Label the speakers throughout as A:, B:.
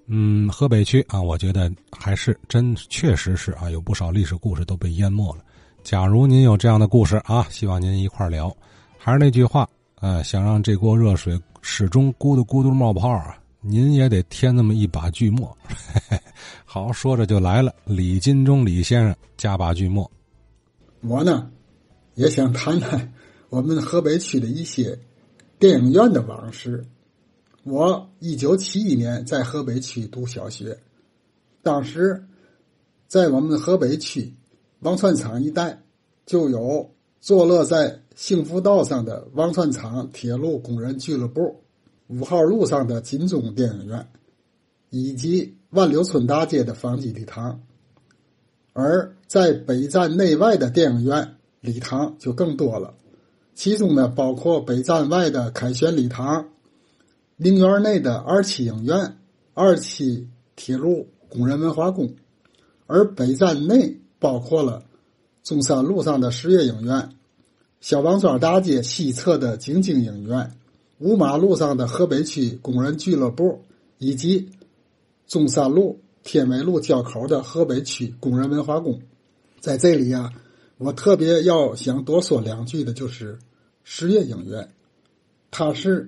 A: 河北区啊，我觉得还是确实是啊，有不少历史故事都被淹没了。假如您有这样的故事啊，希望您一块聊。还是那句话，想让这锅热水始终咕嘟咕嘟冒泡啊，您也得添那么一把锯末。好，说着就来了，李金忠李先生加把锯末。
B: 我呢，也想谈谈我们河北区的一些电影院的往事。我1971年在河北区读小学，当时在我们河北区王船场一带就有坐落在幸福道上的王船场铁路工人俱乐部、5号路上的金钟电影院，以及万柳村大街的方济礼堂。而在北站内外的电影院礼堂就更多了，其中呢包括北站外的凯旋礼堂、陵园内的2期影院、2期铁路工人文化宫，而北站内包括了中山路上的十月影院、小王庄大街西侧的京津影院、五马路上的河北区工人俱乐部，以及中山路天美路交口的河北区工人文化宫。在这里啊，我特别要想多说两句的就是十月影院，它是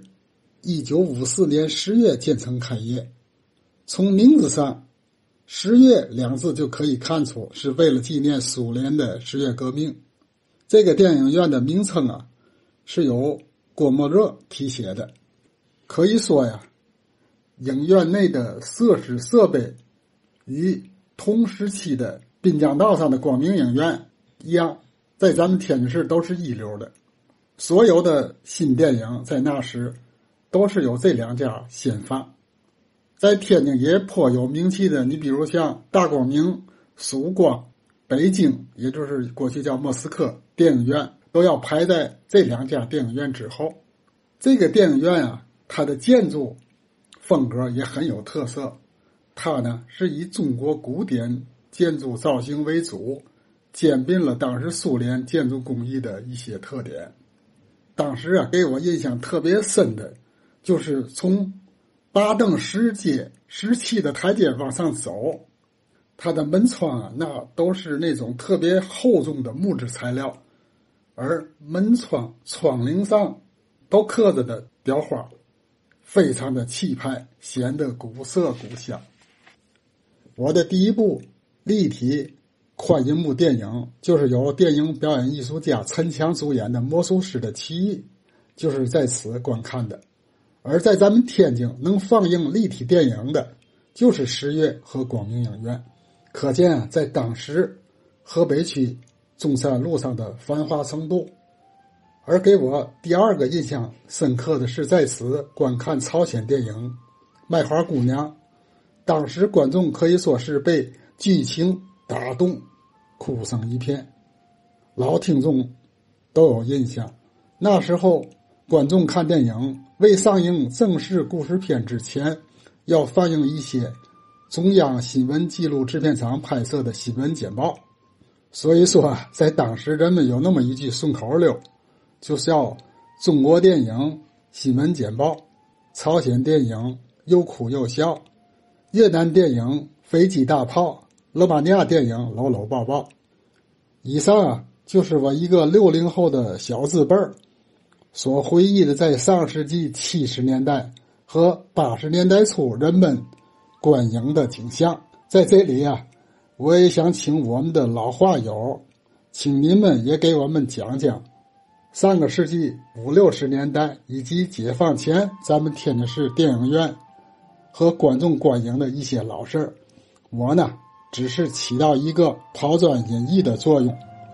B: 1954年10月建成开业，从名字上十月2字就可以看出是为了纪念苏联的十月革命。这个电影院的名称啊，是由郭沫若题写的。可以说呀，影院内的设施设备与同时期的滨江道上的光明影院一样，在咱们天津市都是一流的。所有的新电影在那时都是由这两家先发。在天津也颇有名气的，你比如像大光明、曙光、北京，也就是过去叫莫斯科电影院，都要排在这两家电影院之后。这个电影院啊，它的建筑风格也很有特色，它呢是以中国古典建筑造型为主，兼并了当时苏联建筑工艺的一些特点。当时啊，给我印象特别深的就是从八凳石阶17的台阶往上走，它的门窗啊，那都是那种特别厚重的木质材料，而门窗窗棂上都刻着的雕花，非常的气派，显得古色古香。我的第一部立体宽银幕电影就是由电影表演艺术家陈强主演的《魔术师的奇遇》，就是在此观看的。而在咱们天津能放映立体电影的就是十月和光明影院，可见啊，在当时河北区中山路上的繁华程度。而给我第二个印象深刻的是在此观看朝鲜电影《卖花姑娘》，当时观众可以说是被剧情打动，哭声一片。老听众都有印象，那时候观众看电影未上映正式故事片之前，要放映一些中央新闻纪录制片厂拍摄的新闻简报。所以说啊，在当时人们有那么一句顺口溜，就叫中国电影新闻简报，朝鲜电影又哭又笑，越南电影飞机大炮，罗马尼亚电影搂搂抱抱。以上啊，就是我一个60后的小字辈儿所回忆的在上世纪70年代和80年代初人们观影的景象。在这里啊，我也想请我们的老话友，请您们也给我们讲讲上个世纪50、60年代以及解放前咱们天津市电影院和观众观影的一些老事儿。我呢，只是起到一个抛砖引玉的作用。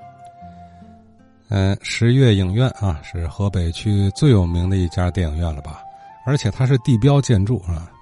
A: 十月影院啊，是河北区最有名的一家电影院了吧？而且它是地标建筑啊，